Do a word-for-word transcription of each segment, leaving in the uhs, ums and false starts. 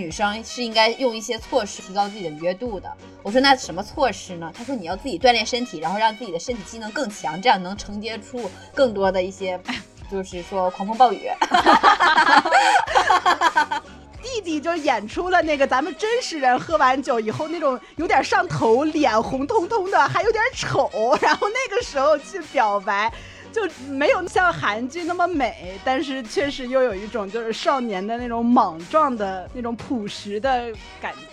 女生是应该用一些措施提高自己的愉悦度的。我说那什么措施呢？他说你要自己锻炼身体，然后让自己的身体机能更强，这样能承接出更多的一些就是说狂风暴雨。 弟弟就演出了那个咱们真实人喝完酒以后那种有点上头，脸红彤彤的，还有点丑，然后那个时候去表白就没有像韩剧那么美，但是确实又有一种就是少年的那种莽撞的那种朴实的感觉。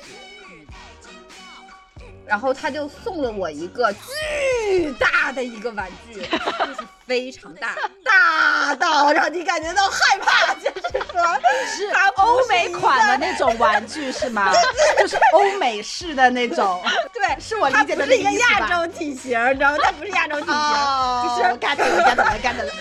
然后他就送了我一个巨大的一个玩具，就是非常大，大到让你感觉到害怕，就是说是欧美款的那种玩具是吗？就是欧美式的那种。 对， 是我理解的那个意思吧。它不是一个亚洲体型，你知道吗？它不是亚洲体型， 哦、 就是 get 了 get 了 get 了。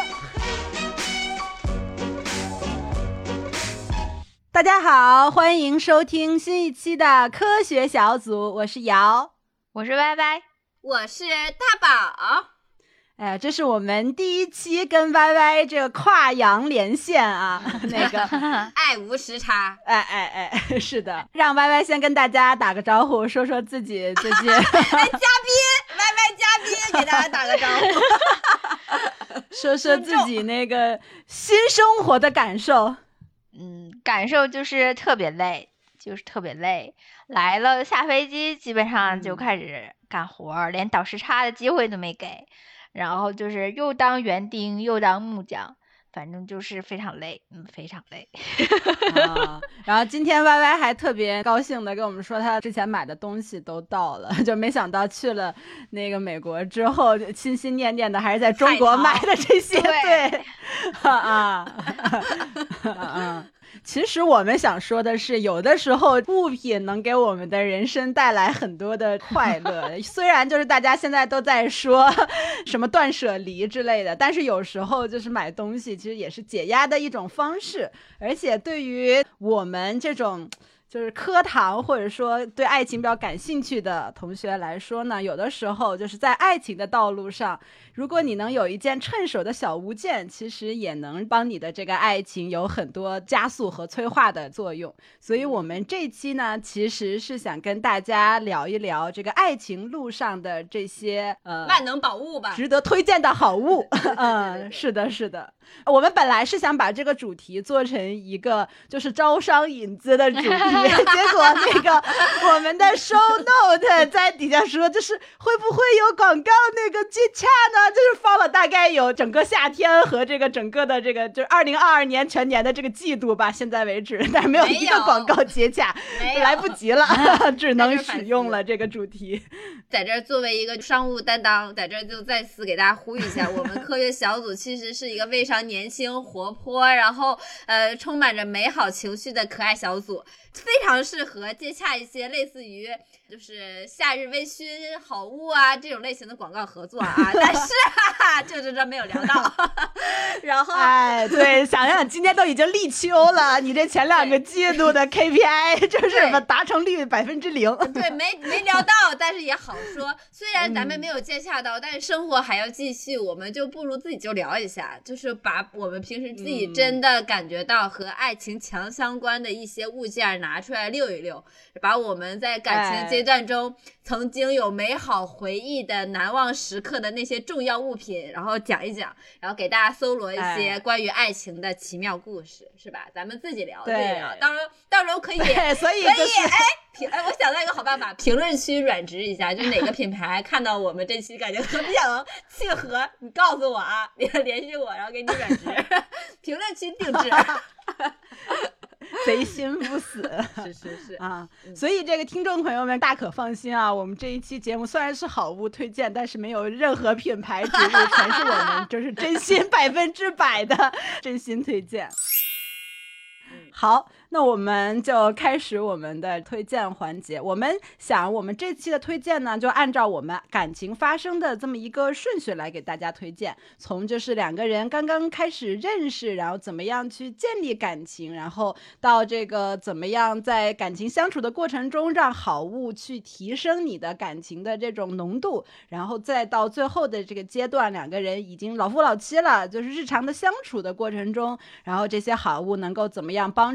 大家好，欢迎收听新一期的科学小组，我是瑶， 我是歪歪， 我是大宝。 哎，这是我们第一期跟歪歪这个跨洋连线啊，那个爱无时差， 哎哎哎，是的，让歪歪先跟大家打个招呼，说说自己最近。 哎，嘉宾，歪歪嘉宾，给大家打个招呼， 说说自己那个新生活的感受。 嗯，感受就是特别累，就是特别累。来了下飞机，基本上就开始干活，嗯、连倒时差的机会都没给。然后就是又当园丁又当木匠，反正就是非常累，嗯，非常累。 啊、然后今天 Y Y 还特别高兴的跟我们说，他之前买的东西都到了，就没想到去了那个美国之后，心心念念的还是在中国买的这些，对，啊啊啊！其实我们想说的是，有的时候物品能给我们的人生带来很多的快乐。虽然就是大家现在都在说什么断舍离之类的，但是有时候就是买东西其实也是解压的一种方式。而且对于我们这种就是课堂或者说对爱情比较感兴趣的同学来说呢，有的时候就是在爱情的道路上，如果你能有一件趁手的小物件，其实也能帮你的这个爱情有很多加速和催化的作用。所以我们这期呢，其实是想跟大家聊一聊这个爱情路上的这些呃万能宝物吧， 值得推荐的好物。嗯，是的，是的。我们本来是想把这个主题做成一个就是招商引资的主题，结果那个我们的 show note 在底下说，就是会不会有广告那个接洽呢？就是放了大概有整个夏天和这个整个的这个就是二零二二年全年的这个季度吧，现在为止，但是没有一个广告接洽，来不及了，只能使用了这个主题。 在这儿作为一个商务担当，在这儿就再次给大家呼吁一下，我们科学小组其实是一个非常年轻活泼，然后呃充满着美好情绪的可爱小组，非常适合接洽一些类似于就是夏日微醺好物啊这种类型的广告合作啊，但是哈哈就是这没有聊到。然后哎，对，想想今天都已经立秋了，你这前两个季度的 K P I 就是什么达成率百分之零， 对，没没聊到，但是也好说。虽然咱们没有接洽到，嗯、但是生活还要继续，我们就不如自己就聊一下，就是把我们平时自己真的感觉到和爱情强相关的一些物件拿出来溜一溜，把我们在感情阶段中曾经有美好回忆的难忘时刻的那些重要物品，然后讲一讲，然后给大家搜罗一些关于爱情的奇妙故事，是吧？咱们自己聊，自己聊，到时候到时候可以， 所以、 就是、可以哎。评哎，我想到一个好办法，评论区软植一下，就哪个品牌看到我们这期感觉和比较契合，你告诉我啊，你联系我，然后给你软植，评论区定制。 贼心不死， 是是是啊、嗯！所以这个听众朋友们大可放心啊，我们这一期节目虽然是好物推荐，但是没有任何品牌植入，全是我们就是真心百分之百的真心推荐。好，那我们就开始我们的推荐环节。我们想我们这期的推荐呢，就按照我们感情发生的这么一个顺序来给大家推荐，从就是两个人刚刚开始认识，然后怎么样去建立感情，然后到这个怎么样在感情相处的过程中让好物去提升你的感情的这种浓度，然后再到最后的这个阶段，两个人已经老夫老妻了，就是日常的相处的过程中，然后这些好物能够怎么样帮助你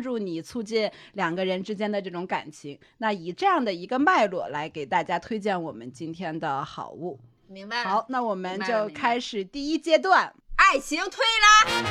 促进两个人之间的这种感情。那以这样的一个脉络来给大家推荐我们今天的好物。 明白了。 好，那我们就开始第一阶段， 爱情推拉。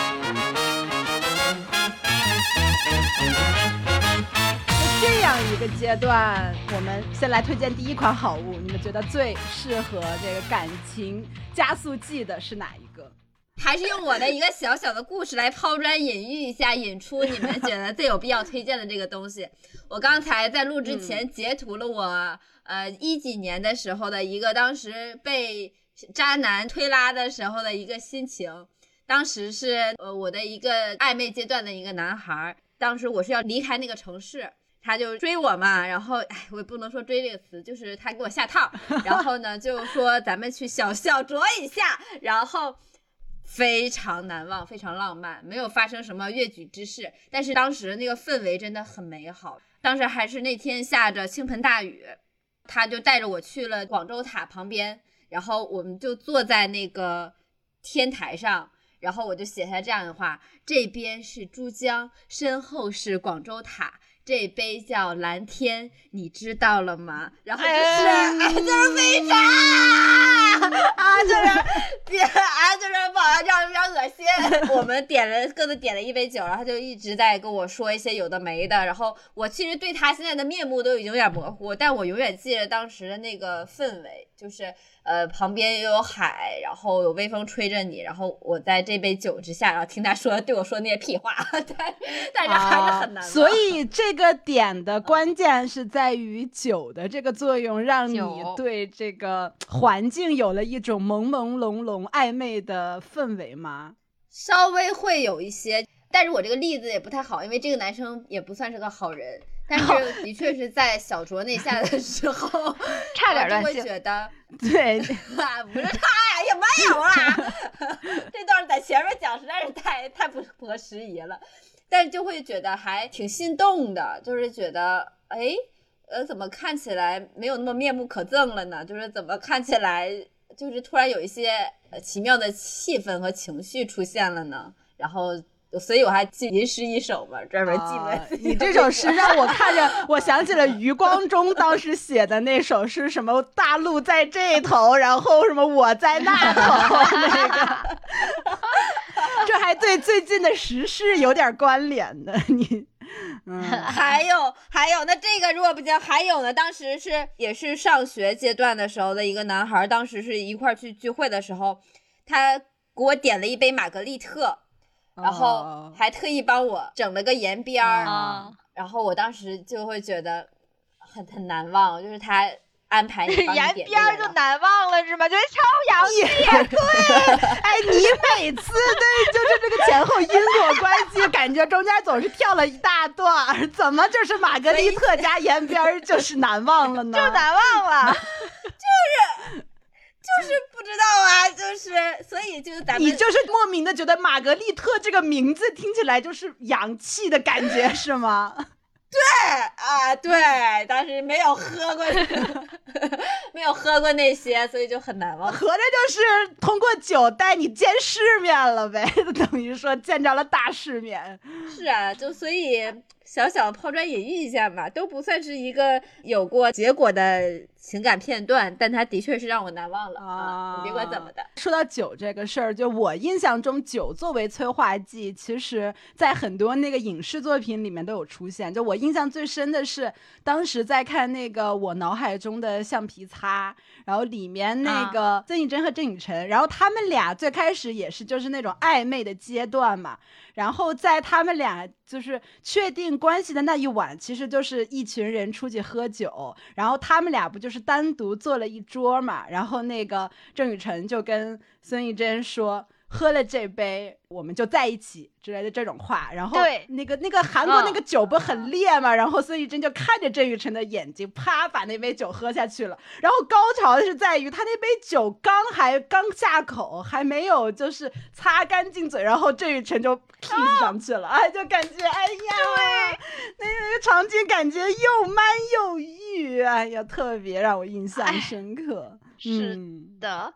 这样一个阶段，我们先来推荐第一款好物，你们觉得最适合这个感情加速剂的是哪一个？ 还是用我的一个小小的故事来抛砖引玉一下，引出你们觉得最有必要推荐的这个东西。我刚才在录之前截图了我、嗯、呃一几年的时候的一个当时被渣男推拉的时候的一个心情。当时是呃我的一个暧昧阶段的一个男孩，当时我是要离开那个城市，他就追我嘛，然后哎，我也不能说追这个词，就是他给我下套，然后呢就说咱们去小小酌一下，然后非常难忘，非常浪漫，没有发生什么越矩之事，但是当时那个氛围真的很美好。当时还是那天下着倾盆大雨，他就带着我去了广州塔旁边，然后我们就坐在那个天台上，然后我就写下这样的话：这边是珠江，身后是广州塔，这杯叫蓝天，你知道了吗？然后就是、哎、就是非常啊，就是别啊，就是不好像这样比较恶心。我们点了各自点了一杯酒，然后他就一直在跟我说一些有的没的。然后我其实对他现在的面目都已经有点模糊，但我永远记得当时的那个氛围，就是呃旁边又有海，然后有微风吹着你，然后我在这杯酒之下，然后听他说对我说那些屁话，但但是还是很难、啊。 所以这个点的关键是在于酒的这个作用，让你对这个环境有了一种朦朦胧胧暧昧的氛围吗？ 稍微会有一些，但是我这个例子也不太好，因为这个男生也不算是个好人，但是的确是在小酌内下的时候差点乱性，会觉得对啊，不是他呀，也没有啦这段在前面讲实在是太太不不合时宜了，但是就会觉得还挺心动的，就是觉得哎呃怎么看起来没有那么面目可憎了呢，就是怎么看起来就是突然有一些呃奇妙的气氛和情绪出现了呢，然后所以我还记吟诗一首嘛，专门记了、 uh, 你这首诗让我看着我想起了余光中当时写的那首诗，什么大陆在这头，然后什么我在那头那个这还对最近的时事有点关联的你嗯，还有还有，那这个如果不讲，还有呢，当时是也是上学阶段的时候的一个男孩，当时是一块去聚会的时候，他给我点了一杯玛格丽特，然后还特意帮我整了个沿边儿、 哦、 然后我当时就会觉得很很难忘，就是他安排你帮你点沿边就难忘了是吗？就是超洋气对哎，你每次对就是这个前后因果关系感觉中间总是跳了一大段，怎么就是玛格丽特加沿边就是难忘了呢？ 就难忘了就是就是不知道啊，就是所以就是咱们你就是莫名的觉得玛格丽特这个名字听起来就是洋气的感觉是吗？ 对啊，对，但是没有喝过没有喝过那些，所以就很难忘。 合着就是通过酒带你见世面了呗，等于说见着了大世面。 是啊，就所以小小抛砖引玉一下嘛，都不算是一个有过结果的情感片段，但它的确是让我难忘了啊！你别管怎么的。 说到酒这个事儿，就我印象中，酒作为催化剂，其实在很多那个影视作品里面都有出现。就我印象最深的是，当时在看那个《我脑海中的橡皮擦》，然后里面那个曾以真和郑雨辰，然后他们俩最开始也是就是那种暧昧的阶段嘛。然后在他们俩就是确定关系的那一晚，其实就是一群人出去喝酒，然后他们俩不就是单独坐了一桌嘛，然后那个郑雨辰就跟孙艺珍说喝了这杯我们就在一起之类的这种话，然后那个那个韩国那个酒不很烈嘛、嗯、然后孙艺珍就看着郑雨辰的眼睛，啪把那杯酒喝下去了，然后高潮的是在于他那杯酒刚还刚下口，还没有就是擦干净嘴，然后郑雨辰就 kiss 上去了、哦、哎，就感觉哎呀那个场景感觉又 man 又欲，哎呀特别让我印象深刻。 是的、嗯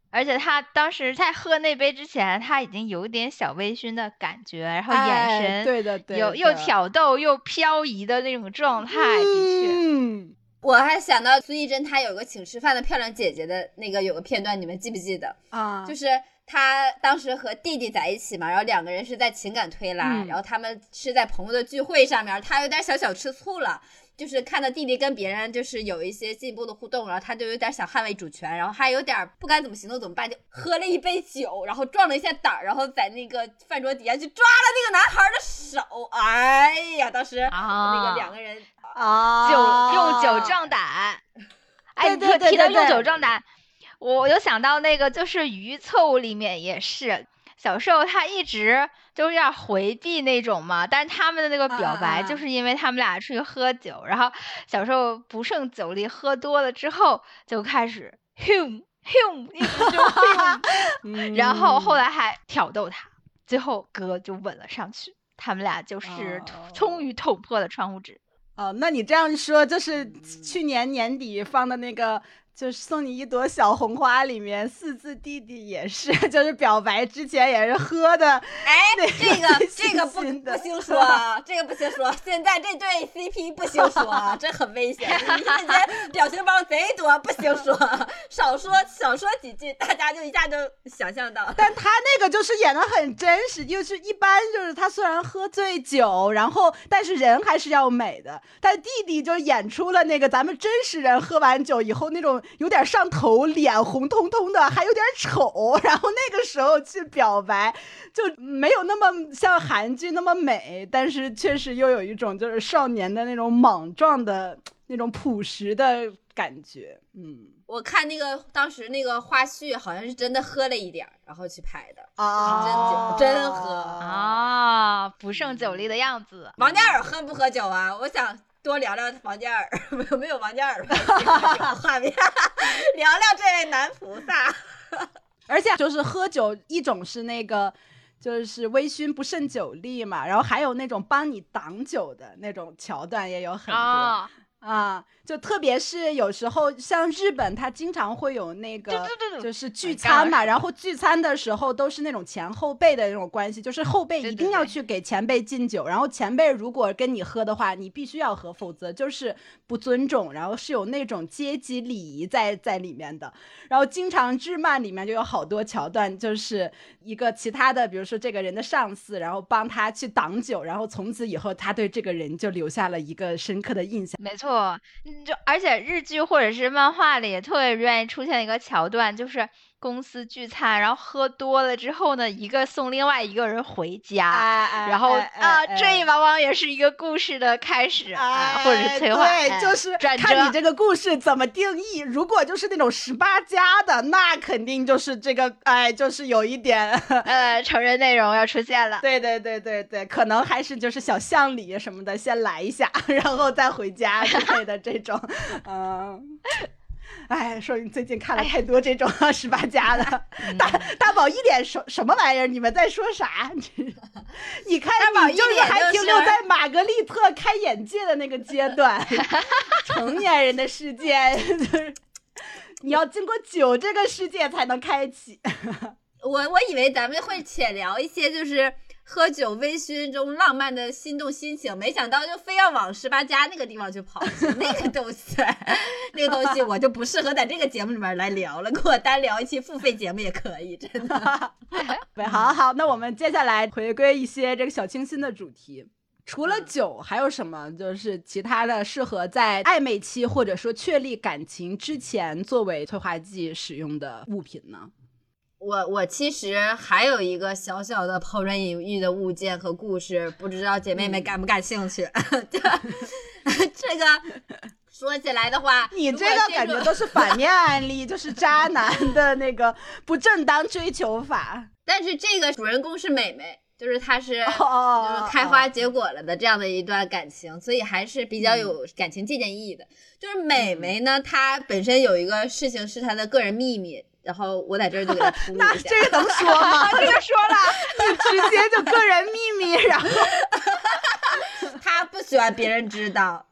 而且他当时在喝那杯之前，他已经有点小微醺的感觉，然后眼神、 哎、对的对的， 有又挑逗又飘移的那种状态， 嗯、 的确。 我还想到苏艺珍她有个请吃饭的漂亮姐姐的那个有个片段，你们记不记得啊？就是她当时和弟弟在一起嘛，然后两个人是在情感推拉、嗯、然后他们是在朋友的聚会上面，她有点小小吃醋了，就是看到弟弟跟别人就是有一些进一步的互动，然后他就有点想捍卫主权，然后还有点不敢怎么行动怎么办，就喝了一杯酒，然后壮了一下胆，然后在那个饭桌底下去抓了那个男孩的手。哎呀，当时那个两个人啊，酒用酒壮胆。哎， 对对对对对， 提到用酒壮胆，我有想到那个就是《鱼凑》里面也是。小受他一直就有点回避那种嘛，但是他们的那个表白就是因为他们俩出去喝酒，啊、然后小受不胜酒力，喝多了之后就开始 hum hum 一直就 hum、嗯、然后后来还挑逗他，最后哥就吻了上去，他们俩就是终于捅破了窗户纸。 哦，那你这样说，就是去年年底放的那个就是送你一朵小红花里面，四字弟弟也是，就是表白之前也是喝的。 哎，这个这个不不行说，这个不行说。现在这对 C P 不行说，这很危险。你看这表情包贼多，不行说，少说少说几句，大家就一下就想象到。 但他那个就是演得很真实，就是一般就是他虽然喝醉酒，然后但是人还是要美的。但弟弟就演出了那个咱们真实人喝完酒以后那种。有点上头，脸红彤彤的，还有点丑，然后那个时候去表白就没有那么像韩剧那么美，但是确实又有一种就是少年的那种莽撞的那种朴实的感觉。嗯， 我看那个当时那个花絮好像是真的喝了一点然后去拍的啊， 真酒真喝啊，不胜酒力的样子。 王嘉尔喝不喝酒啊？我想多聊聊王嘉尔，有没有王嘉尔画面？聊聊这位男菩萨。 而且就是喝酒，一种是那个就是微醺不胜酒力嘛，然后还有那种帮你挡酒的那种桥段也有很多。哦啊，就特别是有时候像日本他经常会有那个就是聚餐嘛，然后聚餐的时候都是那种前后辈的那种关系，就是后辈一定要去给前辈敬酒，然后前辈如果跟你喝的话你必须要喝，否则就是不尊重，然后是有那种阶级礼仪在在里面的。然后经常日漫里面就有好多桥段，就是一个其他的比如说这个人的上司，然后帮他去挡酒，然后从此以后他对这个人就留下了一个深刻的印象。 没错，就而且日剧或者是漫画里也特别愿意出现一个桥段，就是公司聚餐，然后喝多了之后呢，一个送另外一个人回家， 哎哎然后、 哎哎啊， 哎这往往也是一个故事的开始、 哎啊，或者是催化， 对， 哎、 就是转折看你这个故事怎么定义。如果就是那种十八加的，那肯定就是这个，哎，就是有一点呃成人内容要出现了。 对对对对对，可能还是就是小巷里什么的先来一下，然后再回家之类的这种，嗯。哎，说你最近看了太多这种十八加的，哎、大大宝一脸什什么玩意儿？你们在说啥？你看你就是还停留在玛格丽特开眼界的那个阶段，成年人的世界就是你要经过酒这个世界才能开启。 我我以为咱们会浅聊一些就是喝酒微醺中浪漫的心动心情，没想到就非要往十八加那个地方去跑去，那个东西那个东西我就不适合在这个节目里面来聊了，给我单聊一期付费节目也可以，真的。 对，好好，那我们接下来回归一些这个小清新的主题。除了酒还有什么就是其他的适合在暧昧期或者说确立感情之前作为催化剂使用的物品呢？ 我我其实还有一个小小的抛砖引玉的物件和故事，不知道姐妹们感不感兴趣？嗯、这个说起来的话， 你这个感觉都是反面案例，就是渣男的那个不正当追求法。 但是这个主人公是美美，就是她是就是开花结果了的这样的一段感情，所以还是比较有感情借鉴意义的。就是美美呢，她本身有一个事情是她的个人秘密。然后我在这儿就给他铺一下， 那这个能说吗？ 这个说了， 你直接就个人秘密，然后他不喜欢别人知道，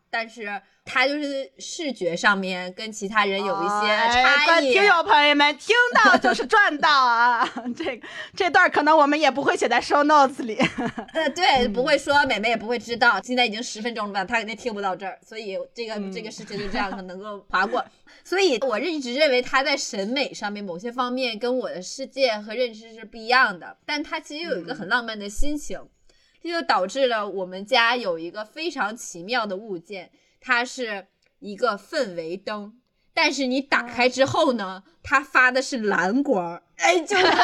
但是它就是视觉上面跟其他人有一些差异。 听友朋友们，听到就是赚到啊！这这段可能我们也不会写在 show notes 里。 呃，对，不会说，美美也不会知道。现在已经十分钟了吧，她肯定听不到这儿，所以这个、嗯、这个事情就这样能够划过。所以我一直认为他在审美上面某些方面跟我的世界和认知是不一样的，但他其实有一个很浪漫的心情。嗯，这就导致了我们家有一个非常奇妙的物件，它是一个氛围灯，但是你打开之后呢，它发的是蓝光，哎，就是特别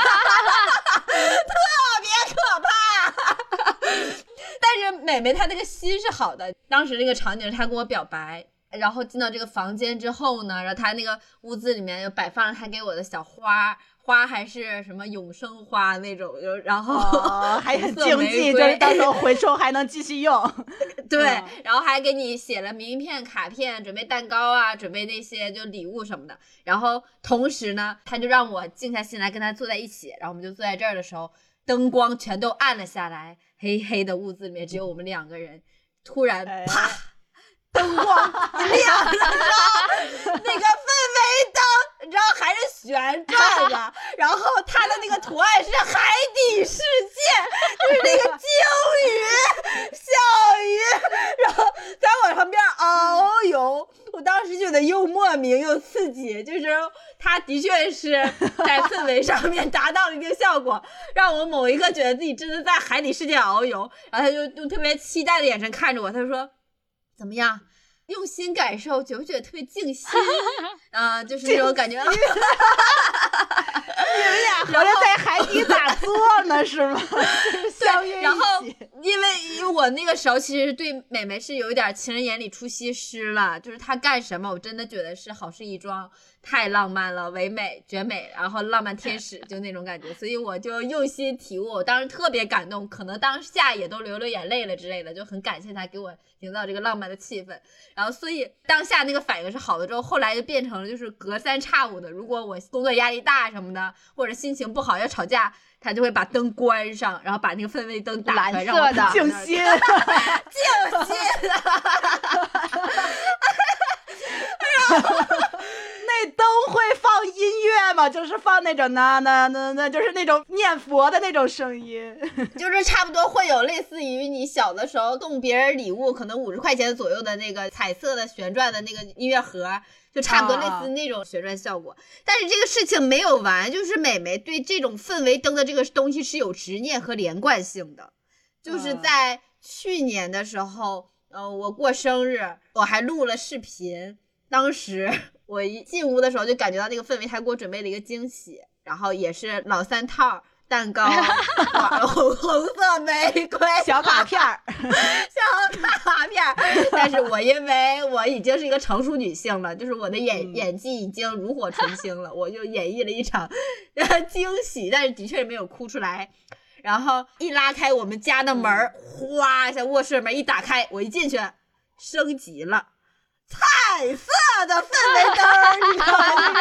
可怕。但是美美她那个心是好的，当时那个场景她跟我表白，然后进到这个房间之后呢，然后她那个屋子里面又摆放了她给我的小花。花还是什么永生花那种，然后、 哦、还很经济，就是到时候回收还能继续用。 对、嗯，然后还给你写了名片、卡片，准备蛋糕啊，准备那些就礼物什么的。然后同时呢，他就让我静下心来跟他坐在一起，然后我们就坐在这儿的时候，灯光全都暗了下来，黑黑的屋子里面只有我们两个人。突然，啪！哎灯光一亮，那个氛围灯，你知道还是旋转的，然后它的那个图案是海底世界，就是那个鲸鱼、小鱼，然后在我旁边遨游。我当时觉得又莫名又刺激，就是它的确是在氛围上面达到了一定效果，让我某一刻觉得自己真的在海底世界遨游。然后他就用特别期待的眼神看着我，他说怎么样，用心感受，觉不觉得特别静心啊、呃？就是那种感觉。你们俩合着在海底打坐呢是吗？相约一起。 然后因为因为我那个时候其实对美美是有一点情人眼里出西施了，就是她干什么我真的觉得是好事一桩，太浪漫了，唯美绝美，然后浪漫天使就那种感觉，所以我就用心体悟，我当时特别感动，可能当下也都流流眼泪了之类的，就很感谢他给我营造这个浪漫的气氛。然后所以当下那个反应是好的之后，后来就变成了就是隔三差五的，如果我工作压力大什么的，或者心情不好要吵架，他就会把灯关上，然后把那个氛围灯打开，让我静心静心然后那灯会放音乐吗？就是放那种那那那那就是那种念佛的那种声音， 就是差不多会有类似于你小的时候送别人礼物可能五十块钱左右的那个彩色的旋转的那个音乐盒，就差不多类似那种旋转效果、啊、但是这个事情没有完，就是美美对这种氛围灯的这个东西是有执念和连贯性的。就是在去年的时候呃，我过生日我还录了视频，当时我一进屋的时候就感觉到那个氛围，他给我准备了一个惊喜，然后也是老三套蛋糕红红色玫瑰小卡片小卡片但是我因为我已经是一个成熟女性了，就是我的演、嗯、演技已经炉火纯青了，我就演绎了一场惊喜，但是的确没有哭出来。然后一拉开我们家的门、嗯、哗一下卧室门一打开，我一进去升级了彩色的氛围灯，你知道吗？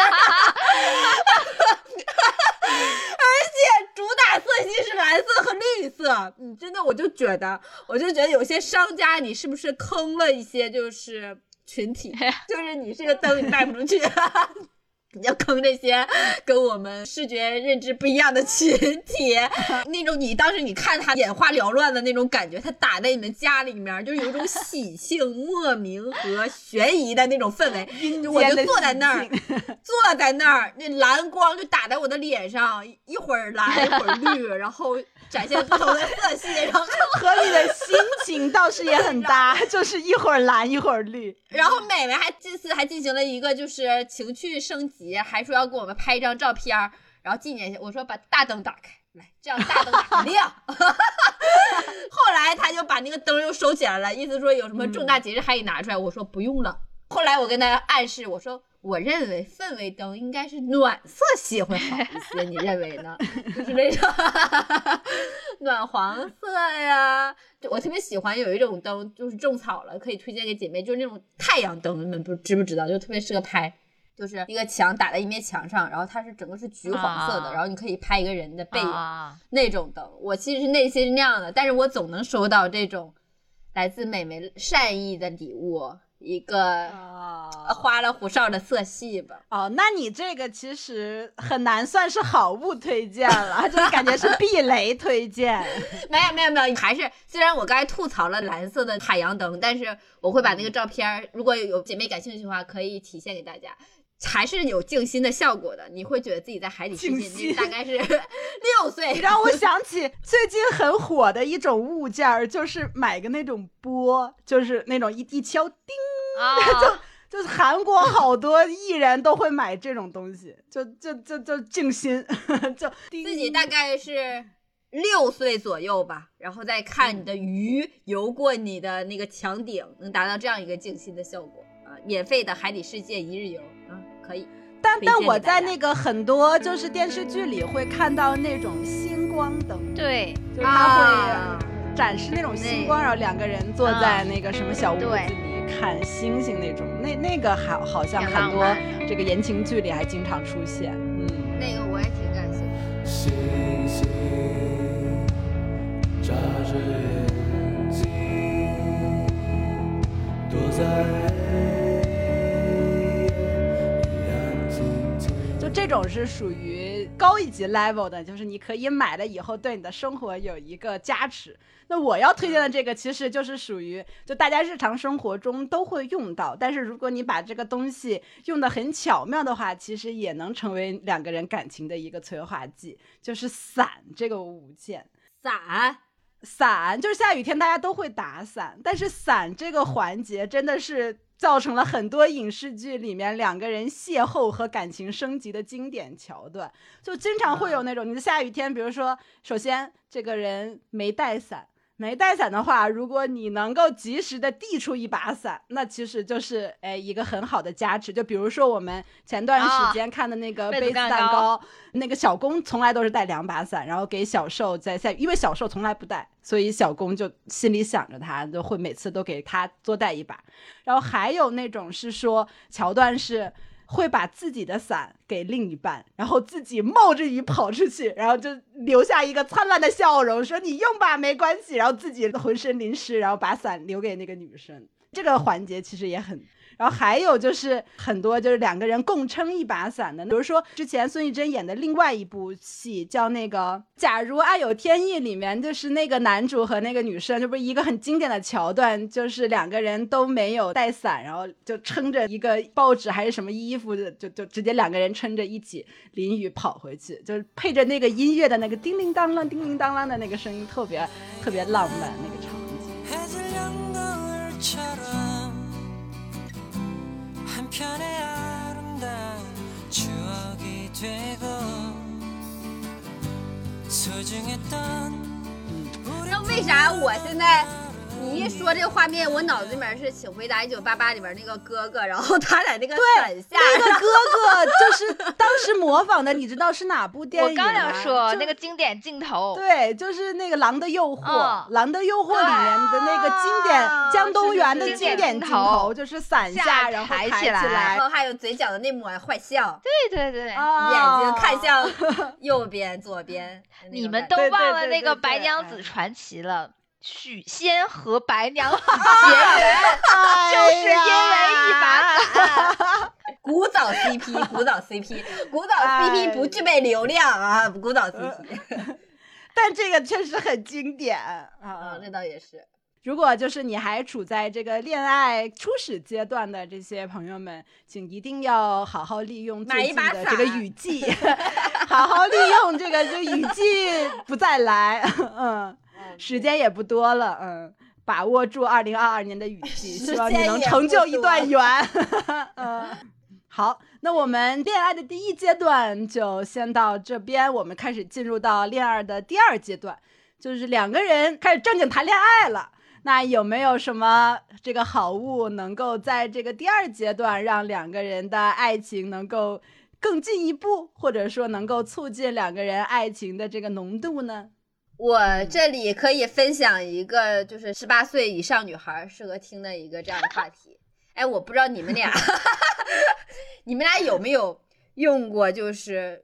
而且主打色系是蓝色和绿色。嗯，真的我就觉得我就觉得有些商家你是不是坑了一些就是群体，就是你这个灯你卖不出去你要坑这些跟我们视觉认知不一样的群体那种你当时你看他眼花缭乱的那种感觉，他打在你们家里面就是有一种喜庆莫名和悬疑的那种氛围我就坐在那儿坐在那儿那蓝光就打在我的脸上，一会儿蓝一会儿绿然后展现不同的色系然后和你的心情倒是也很搭就是一会儿蓝一会儿绿。 然后美美还这次还进行了一个就是情趣升级，还说要给我们拍一张照片，然后纪念一下。我说把大灯打开来，这样大灯打亮后来他就把那个灯又收起来了，意思说有什么重大节日还得拿出来、嗯、我说不用了。后来我跟他暗示我说我认为氛围灯应该是暖色系会好一些你认为呢？就是那种暖黄色呀，就我特别喜欢有一种灯就是种草了，可以推荐给姐妹，就是那种太阳灯，你们不知不知道，就特别适合拍，就是一个墙打在一面墙上，然后它是整个是橘黄色的、啊、然后你可以拍一个人的背影、啊、那种灯。我其实内心是那样的，但是我总能收到这种来自美眉善意的礼物，一个花里胡哨的色系吧。 哦，那你这个其实很难算是好物推荐了，就感觉是避雷推荐。 没有没有没有，还是虽然我刚才吐槽了蓝色的海洋灯，但是我会把那个照片，如果有姐妹感兴趣的话，可以体现给大家。还是有静心的效果的，你会觉得自己在海底世界，大概是六岁。 让我想起最近很火的一种物件，就是买个那种波，就是那种一一敲叮， 啊、 就就是韩国好多艺人都会买这种东西，就就就就静心，就自己大概是六岁左右吧，然后再看你的鱼游过你的那个墙顶，能达到这样一个静心的效果啊！免费的海底世界一日游啊！可以， 但但我在那个很多就是电视剧里会看到那种星光灯， 对， 就是他会展示那种星光，啊、然后两个人坐在那个什么小屋子里看星星那种，那那个好好像很多这个言情剧里还经常出现，嗯， 那个我也挺感兴趣。 星星眨着眼睛，躲在。 就这种是属于高一级 level 的，就是你可以买了以后对你的生活有一个加持。那我要推荐的这个其实就是属于就大家日常生活中都会用到，但是如果你把这个东西用得很巧妙的话，其实也能成为两个人感情的一个催化剂，就是伞这个物件。 伞伞就是下雨天大家都会打伞，但是伞这个环节真的是造成了很多影视剧里面两个人邂逅和感情升级的经典桥段，就经常会有那种你的下雨天，比如说首先这个人没带伞，没带伞的话，如果你能够及时的递出一把伞，那其实就是哎一个很好的加持。就比如说我们前段时间看的那个杯子蛋糕，哦、那个小公从来都是带两把伞，然后给小受在下雨，因为小受从来不带，所以小公就心里想着他，就会每次都给他多带一把。然后还有那种是说桥段是会把自己的伞给另一半，然后自己冒着雨跑出去，然后就留下一个灿烂的笑容，说你用吧没关系，然后自己浑身淋湿，然后把伞留给那个女生。这个环节其实也很，然后还有就是很多就是两个人共撑一把伞的，比如说之前孙艺珍演的另外一部戏叫那个假如爱有天意，里面就是那个男主和那个女生，这不是一个很经典的桥段，就是两个人都没有带伞，然后就撑着一个报纸还是什么衣服，就就直接两个人撑着一起淋雨跑回去，就是配着那个音乐的那个叮铃当啷叮铃当啷的那个声音，特别特别浪漫那个场景。 那为啥我现在你一说这个画面，我脑子里面是《请回答一九八八》里边那个哥哥，然后他在那个伞下， 那个哥哥就是当时模仿的，你知道是哪部电影吗？ 我刚要说那个经典镜头， 对，就是那个《狼的诱惑》，哦，《狼的诱惑》里面的那个经典，啊、江东元的经典镜头，就是伞下然后抬起来， 然后还有嘴角的那抹坏笑， 对对对， 哦、眼睛看向右边、左边。 你们都忘了那个《白娘子传奇》了。许仙和白娘子结缘，就是因为一把伞。 古早 C P， 古早 C P， 古早 C P 不具备流量啊，古早 C P。 但这个确实很经典啊，这倒也是。 如果就是你还处在这个恋爱初始阶段的这些朋友们，请一定要好好利用最近的这个雨季，好好利用这个就雨季不再来，嗯。时间也不多了，嗯，把握住二零二二年的雨季，希望你能成就一段缘。嗯，好，那我们恋爱的第一阶段就先到这边，我们开始进入到恋爱的第二阶段，就是两个人开始正经谈恋爱了。那有没有什么这个好物能够在这个第二阶段让两个人的爱情能够更进一步，或者说能够促进两个人爱情的这个浓度呢？ 我这里可以分享一个就是十八岁以上女孩适合听的一个这样的话题。哎，我不知道你们俩你们俩有没有用过就是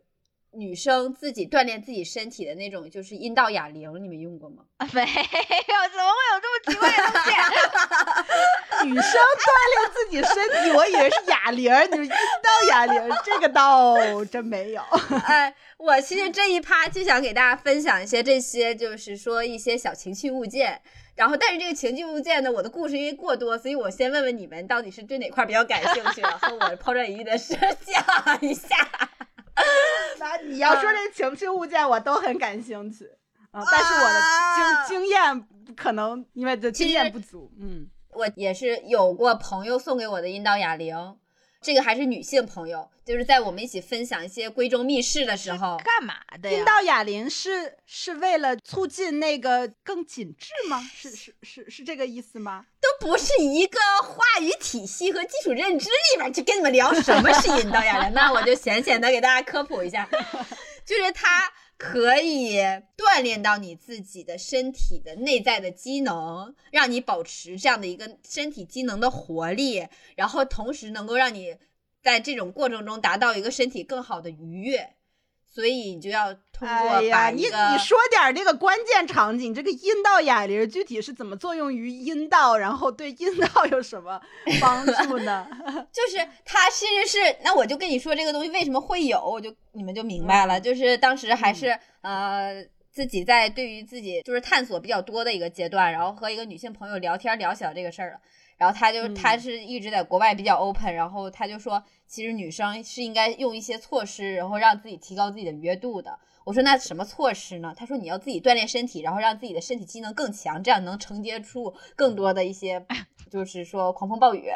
女生自己锻炼自己身体的那种，就是阴道哑铃，你们用过吗？ 没有，怎么会有这么奇怪的东西？ 女生锻炼自己身体，我以为是哑铃，你说阴道哑铃，这个倒真没有。 哎，我其实这一趴就想给大家分享一些这些，就是说一些小情趣物件。然后，但是这个情趣物件呢，我的故事因为过多，所以我先问问你们到底是对哪块比较感兴趣，然后我抛砖引玉的是讲一下。 那你要说这情趣物件，我都很感兴趣啊、嗯，但是我的经、啊、经验可能因为这经验不足，嗯， 我也是有过朋友送给我的阴道哑铃，这个还是女性朋友，就是在我们一起分享一些闺中密事的时候。 干嘛的呀？ 阴道哑铃是是为了促进那个更紧致吗？是是是是这个意思吗？ 都不是一个话语体系和基础认知里面去跟你们聊什么是阴道哑铃，那我就浅浅的给大家科普一下，就是它可以锻炼到你自己的身体的内在的机能，让你保持这样的一个身体机能的活力，然后同时能够让你在这种过程中达到一个身体更好的愉悦。所以你就要通过把一个、哎、 你你说点这个关键场景，这个阴道哑铃具体是怎么作用于阴道，然后对阴道有什么帮助呢？ 就是它其实是，那我就跟你说这个东西为什么会有，我就你们就明白了。嗯、就是当时还是、嗯、呃自己在对于自己就是探索比较多的一个阶段，然后和一个女性朋友聊天聊起来这个事儿了。然后他就他是一直在国外比较 open、嗯、然后他就说其实女生是应该用一些措施，然后让自己提高自己的愉悦度的。我说那什么措施呢？他说你要自己锻炼身体，然后让自己的身体机能更强，这样能承接出更多的一些就是说狂风暴雨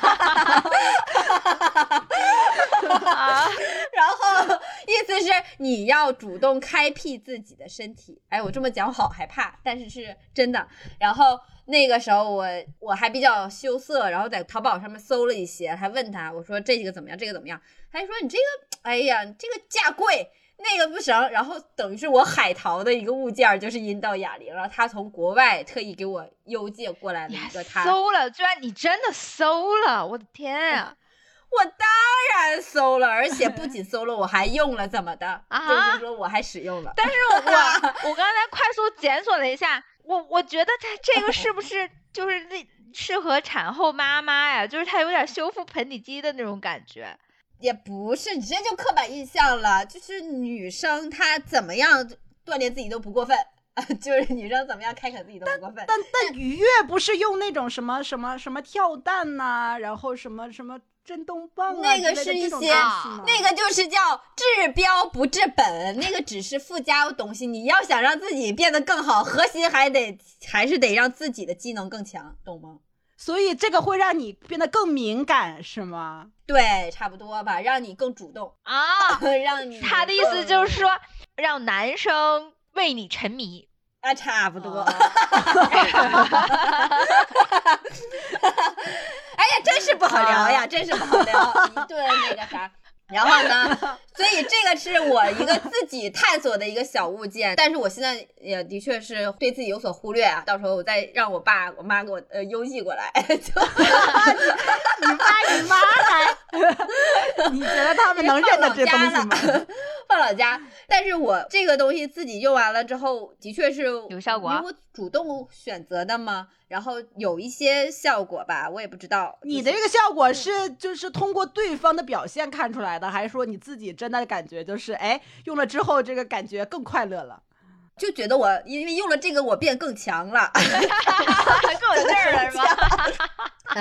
然后意思是你要主动开辟自己的身体。哎，我这么讲我好害怕，但是是真的。然后那个时候我我还比较羞涩，然后在淘宝上面搜了一些，还问他我说这个怎么样这个怎么样，他就说你这个哎呀这个价贵那个不行，然后等于是我海淘的一个物件就是阴道哑铃，然后他从国外特意给我邮寄过来的一个，他搜了，居然你真的搜了，我的天啊！ 我当然搜了，而且不仅搜了我还用了，怎么的、啊、就是说我还使用了。 但是我我刚才快速检索了一下，我我觉得它这个是不是就是那适合产后妈妈呀？就是它有点修复盆底肌的那种感觉。 也不是，你直接就刻板印象了，就是女生她怎么样锻炼自己都不过分就是女生怎么样开垦自己都不过分。 但但但愉悦不是用那种什么什么什么跳蛋呐、啊，然后什么什么震动棒啊， 那个是一些那个就是叫治标不治本，那个只是附加东西。你要想让自己变得更好，核心还得还是得让自己的机能更强，懂吗？ 所以这个会让你变得更敏感是吗？ 对，差不多吧，让你更主动啊让你他的意思就是说让男生为你沉迷啊，差不多、哦、哎呀真是不好聊呀、啊、真是不好聊一顿那个啥。然后呢，所以这个是我一个自己探索的一个小物件，但是我现在也的确是对自己有所忽略啊。到时候我再让我爸我妈给我呃邮寄过来。就你爸你妈来，你觉得他们能认得这东西吗？ 放老家，但是我这个东西自己用完了之后，的确是有效果， 因为我主动选择的嘛，然后有一些效果吧，我也不知道。 你的这个效果是就是通过对方的表现看出来的，还是说你自己真的感觉就是哎用了之后这个感觉更快乐了？ 就觉得我因为用了这个我变更强了， 更有劲儿了是吧？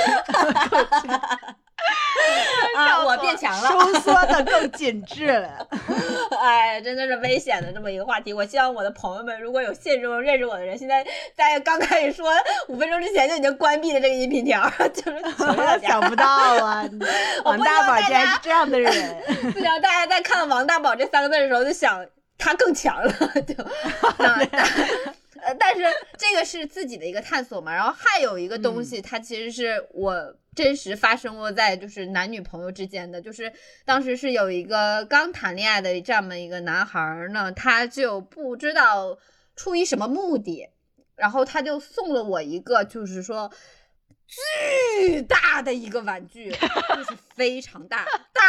啊，我变强了， 收缩的更紧致了。 哎，真的是危险的这么一个话题。我希望我的朋友们，如果有现实中认识我的人，现在在刚开始说五分钟之前就已经关闭了这个音频条，就是想不到啊，王大宝竟然是这样的人。 不想大家在看到王大宝这三个字的时候，就想他更强了，就。呃，但是这个是自己的一个探索嘛，然后还有一个东西，它其实是我真实发生过在就是男女朋友之间的，就是当时是有一个刚谈恋爱的这么一个男孩呢，他就不知道出于什么目的，然后他就送了我一个就是说巨大的一个玩具，就是非常大大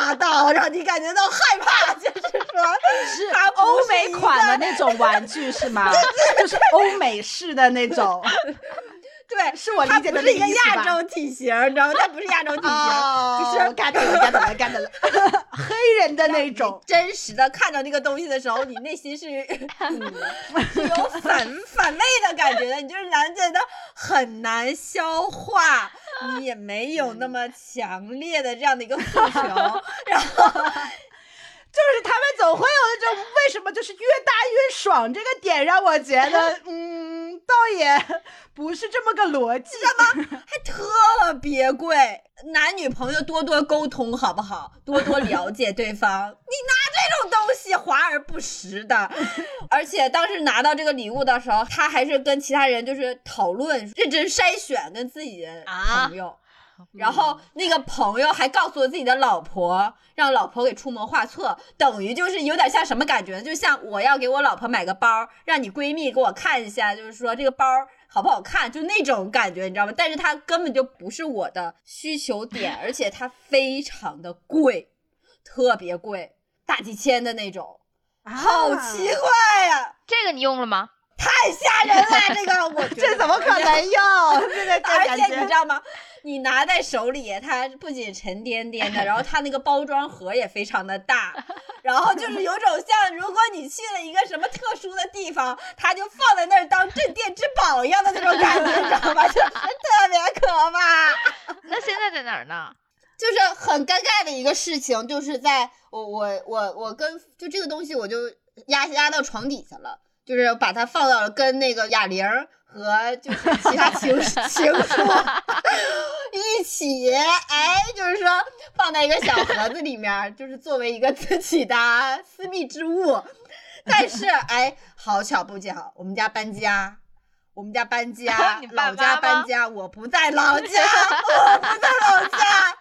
大到让你感觉到害怕，就是说是它不欧是一美款的个那种玩具是吗？就是欧美式的那种。 对， 是我理解的它不是一个那个意思吧亚洲体型，你知道吗？它不是亚洲体型， 哦， 就是 get 了 get 了 get 了，黑人的那种。 真实的看到那个东西的时候，你内心是、嗯、是有反反胃的感觉的，你就是难觉得很难消化，你也没有那么强烈的这样的一个诉求，然后。 就是他们总会有那种为什么就是越大越爽这个点，让我觉得嗯，倒也不是这么个逻辑， 知道吗？还特别贵，男女朋友多多沟通好不好？多多了解对方。你拿这种东西华而不实的，而且当时拿到这个礼物的时候，他还是跟其他人就是讨论、认真筛选跟自己的朋友。啊然后那个朋友还告诉了自己的老婆，让老婆给出谋划策，等于就是有点像什么感觉，就像我要给我老婆买个包，让你闺蜜给我看一下，就是说这个包好不好看，就那种感觉，你知道吗？但是它根本就不是我的需求点，而且它非常的贵，特别贵，大几千的那种，好奇怪呀、啊！ 这个你用了吗？ 太吓人了，这个我觉得这怎么可能用？这个而且你知道吗？你拿在手里，它不仅沉甸甸的，然后它那个包装盒也非常的大，然后就是有种像如果你去了一个什么特殊的地方，它就放在那儿当镇店之宝一样的那种感觉，你知道吗？就是特别可怕。 那现在在哪儿呢？ 就是很尴尬的一个事情，就是在我我我我跟就这个东西我就压压到床底下了。就是把它放到了跟那个哑铃和就是其他情情书一起，哎，就是说放在一个小盒子里面，就是作为一个自己的私密之物。但是，哎，好巧不巧，我们家搬家，我们家搬家，老家搬家，我不在老家，我不在老家。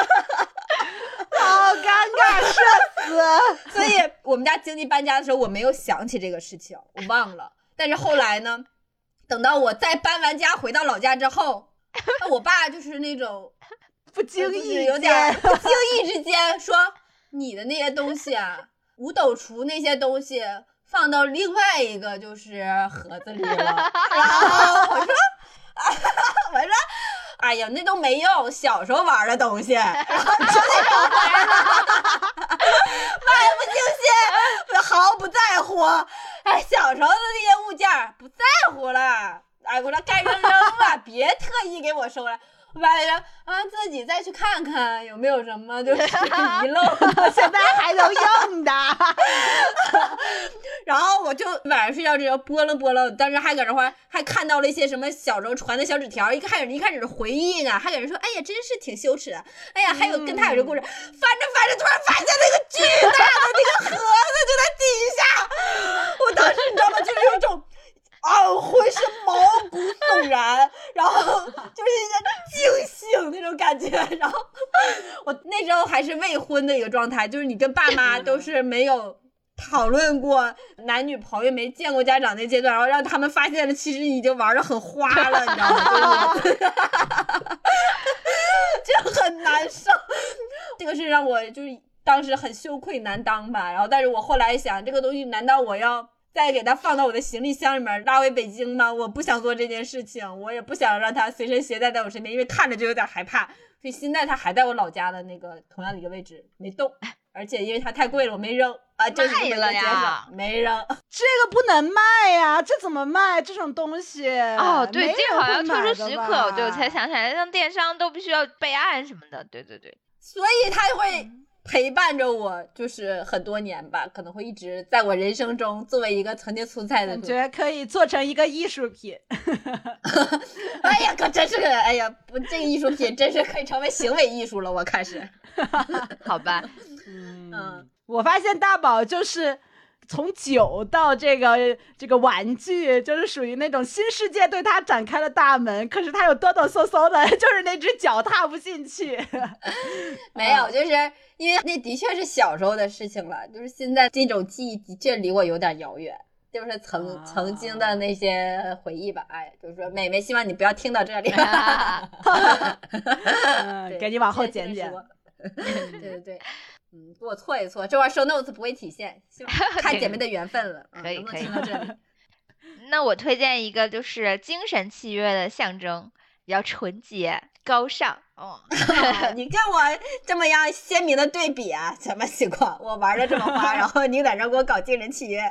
好尴尬，社死！ 所以我们家经历搬家的时候，我没有想起这个事情，我忘了。但是后来呢，等到我再搬完家回到老家之后，我爸就是那种不经意就是有点不经意之间说，你的那些东西啊，五斗橱那些东西放到另外一个就是盒子里了。然后我说，我说。哎呀，那都没用，小时候玩的东西，然后就那种玩的，漫不经心，毫不在乎。哎，小时候的那些物件不在乎了。哎，我说该扔扔了，别特意给我收来。我爸说啊，自己再去看看有没有什么就是遗漏的， 现在还能用的。 然后我就晚上睡觉之前拨了拨了，但是还搁这块还看到了一些什么小时候传的小纸条，一开始一开始是回忆呢，还搁人说，哎呀，真是挺羞耻的。哎呀，还有跟他有这故事，翻着翻着突然发现那个巨大的那个盒子就在底下，我当时你知道吗？就是有一种。啊，浑身毛骨悚然，然后就是一个惊醒那种感觉。然后我那时候还是未婚的一个状态，就是你跟爸妈都是没有讨论过男女朋友，没见过家长那阶段，然后让他们发现了，其实已经玩得很花了，你知道吗？就是就很难受。这个是让我就是当时很羞愧难当吧。然后，但是我后来想，这个东西难道我要？再给它放到我的行李箱里面拉回北京吗？我不想做这件事情，我也不想让它随身携带在我身边，因为看着就有点害怕。所以现在它还在我老家的那个同样的一个位置没动，而且因为它太贵了，我没扔啊，就是这么一个节省，没扔。 这个不能卖呀，这怎么卖这种东西？ 哦，对，这个好像特殊时刻，对，我才想起来，像电商都必须要备案什么的，对对对。 所以它会。嗯陪伴着我就是很多年吧，可能会一直在我人生中作为一个曾经存在的， 感觉可以做成一个艺术品。 哎呀，可真是个，哎呀，不，这个艺术品真是可以成为行为艺术了，我开始。 好吧， 嗯，嗯我发现大宝就是从酒到这个这个玩具，就是属于那种新世界对他展开了大门，可是他有哆哆嗦嗦的，就是那只脚踏不进去。 没有，就是因为那的确是小时候的事情了，就是现在这种记忆的确离我有点遥远，就是曾、啊、曾经的那些回忆吧。哎，就是说妹妹希望你不要听到这里。 嗯、给你往后剪剪。 对对对，嗯，给我错一错，这玩意儿 show notes 不会体现，希望看姐妹的缘分了。 可以、 嗯、能不可以能听到这里？ 那我推荐一个就是精神契约的象征，比较纯洁高尚。哦， 你跟我这么样鲜明的对比啊，什么情况？我玩的这么花，然后你在这给我搞精神契约，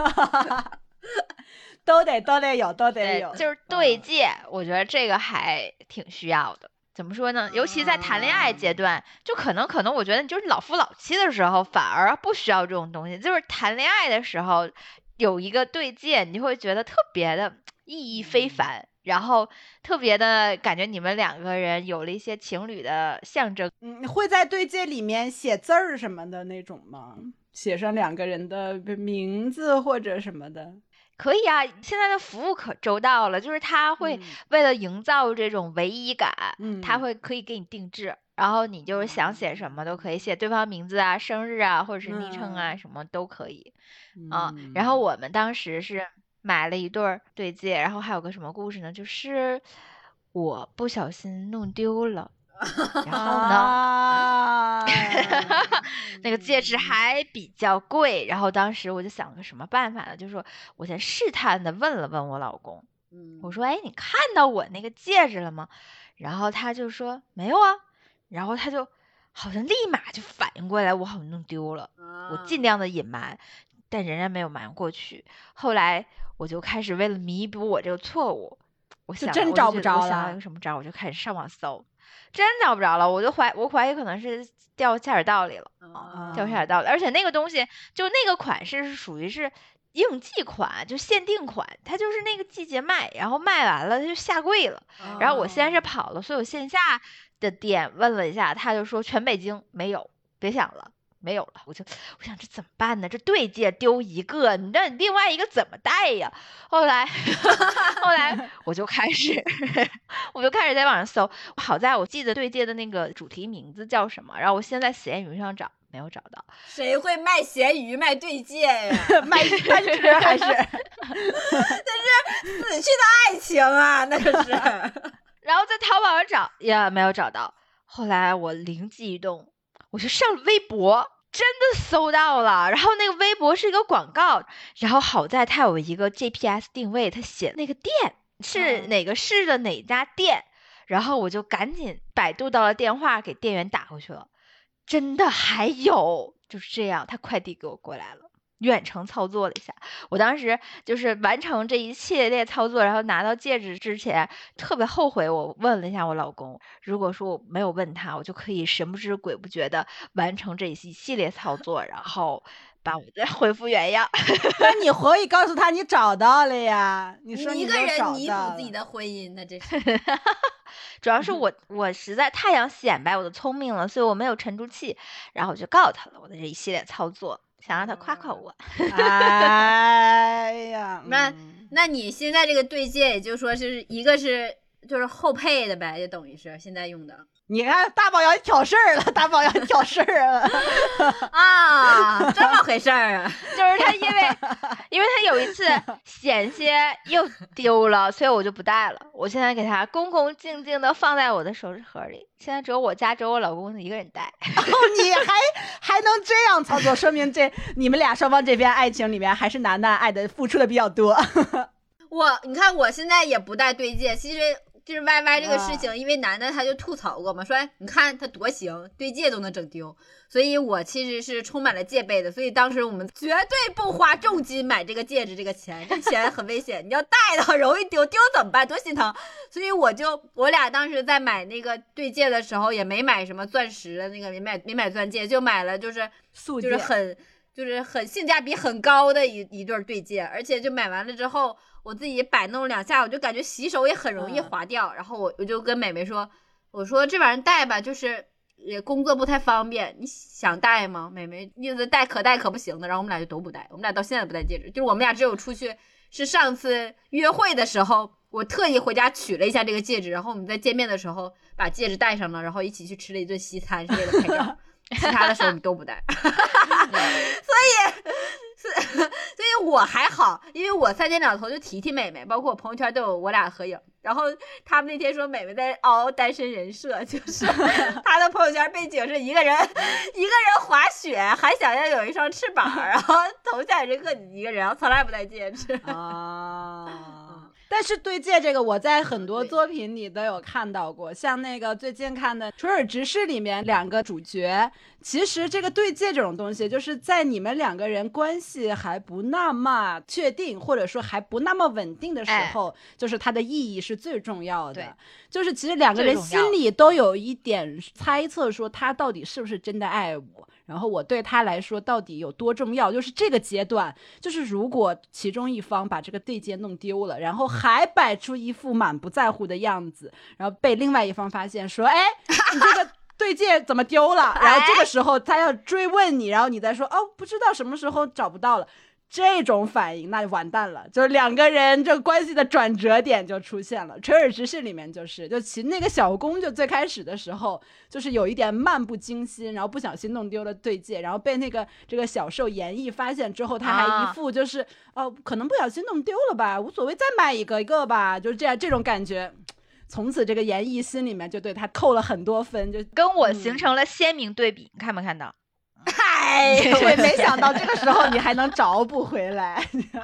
都得都得有，都得对， 有， 就是对戒、嗯，我觉得这个还挺需要的。怎么说呢？尤其在谈恋爱阶段，就可能可能我觉得你就是老夫老妻的时候，反而不需要这种东西。就是谈恋爱的时候有一个对戒，你会觉得特别的意义非凡。然后特别的感觉你们两个人有了一些情侣的象征。 嗯，会在对戒里面写字儿什么的那种吗？写上两个人的名字或者什么的？ 可以啊，现在的服务可周到了，就是他会为了营造这种唯一感，嗯、他会可以给你定制，然后你就是想写什么都可以写，对方名字啊、生日啊，或者是昵称啊、嗯、什么都可以、嗯、啊。然后我们当时是买了一对对戒，然后还有个什么故事呢？就是我不小心弄丢了，然后呢，啊、那个戒指还比较贵，然后当时我就想了个什么办法呢？就是说我先试探的问了问我老公，我说：“哎，你看到我那个戒指了吗？”然后他就说：“没有啊。”然后他就好像立马就反应过来，我好像弄丢了，我尽量的隐瞒。但仍然没有瞒过去。后来我就开始为了弥补我这个错误，我想就真找不着了。 我想有什么招，我就开始上网搜，真找不着了。我就怀我怀疑可能是掉下水道里了，啊、掉下水道里。而且那个东西就那个款式是属于是应季款，就限定款，它就是那个季节卖，然后卖完了它就下柜了。啊、然后我现在是跑了所有线下的店问了一下，他就说全北京没有，别想了。没有了，我就我想这怎么办呢？这对戒丢一个，你这另外一个怎么戴呀？后来后来我就开始我就开始在网上搜，好在我记得对戒的那个主题名字叫什么，然后我先在闲鱼上找，没有找到。 谁会卖闲鱼卖对戒呀？ 卖单车还是？ 那是死去的爱情啊，那个是。 然后在淘宝上找也没有找到，后来我灵机一动，我就上了微博。真的搜到了，然后那个微博是一个广告，然后好在它有一个 G P S 定位，它写那个店是哪个市的哪家店，嗯、然后我就赶紧百度到了电话，给店员打过去了，真的还有，就是这样，他快递给我过来了。远程操作了一下，我当时就是完成这一系列操作，然后拿到戒指之前特别后悔，我问了一下我老公，如果说我没有问他，我就可以神不知鬼不觉的完成这一系列操作，然后把我再恢复原样。 那你可以告诉他你找到了呀，你说你, 你一个人弥补自己的婚姻，那这是主要是我我实在太想显摆我的聪明了，所以我没有沉住气，然后我就告诉他了我的这一系列操作，想让他夸夸我。 哎呀， 那那你现在这个对戒，也就是说是一个是就是后配的呗，就等于是现在用的。 你看大宝要挑事儿了，大宝要挑事儿了啊，这么回事儿啊？ 就是他因为因为他有一次险些又丢了，所以我就不戴了。我现在给他恭恭敬敬的放在我的首饰盒里。现在只有我家只有我老公一个人戴。 哦，你还还能这样操作，说明这你们俩双方这边爱情里面还是楠楠爱的付出的比较多。 我你看我现在也不戴对戒，其实。就是歪歪这个事情，因为男的他就吐槽过嘛，说你看他多行，对戒都能整丢，所以我其实是充满了戒备的，所以当时我们绝对不花重金买这个戒指，这个钱，这钱很危险，你要戴的很容易丢，丢怎么办？多心疼。所以我就我俩当时在买那个对戒的时候，也没买什么钻石的那个，没买没买钻戒，就买了就是素就是很就是很性价比很高的一一对对戒，而且就买完了之后。我自己摆弄两下，我就感觉洗手也很容易滑掉，嗯、然后我我就跟美美说，我说这玩意儿戴吧，就是也工作不太方便，你想戴吗？美美意思戴可戴可不行的，然后我们俩就都不戴，我们俩到现在不戴戒指，就是我们俩只有出去是上次约会的时候，我特意回家取了一下这个戒指，然后我们在见面的时候把戒指戴上了，然后一起去吃了一顿西餐，是为了拍照。其他的时候你都不戴。所以所以我还好，因为我三天两头就提提美美，包括我朋友圈都有我俩合影， 然后他们那天说美美在熬单身人设，就是他的朋友圈背景是一个人一个人滑雪，还想要有一双翅膀，然后头像也是个你一个人，然后从来不戴戒指啊。但是对戒这个我在很多作品里都有看到过，像那个最近看的《垂耳直视》里面两个主角，其实这个对戒这种东西就是在你们两个人关系还不那么确定或者说还不那么稳定的时候、哎、就是它的意义是最重要的，就是其实两个人心里都有一点猜测说他到底是不是真的爱我，然后我对他来说到底有多重要，就是这个阶段，就是如果其中一方把这个对戒弄丢了，然后还摆出一副满不在乎的样子，然后被另外一方发现说，哎，你这个对戒怎么丢了？然后这个时候他要追问你，然后你再说，哦，不知道什么时候找不到了。这种反应那就完蛋了，就是两个人这个关系的转折点就出现了。垂耳直视里面就是就其实那个小公就最开始的时候就是有一点漫不经心，然后不小心弄丢了对戒，然后被那个这个小受严艺发现之后，他还一副就是、啊、哦可能不小心弄丢了吧，无所谓再买一个一个吧，就是这样这种感觉。从此这个严艺心里面就对他扣了很多分，就跟我形成了鲜明对比、嗯、你看没看到？ 嗨，我也没想到这个时候你还能找补回来。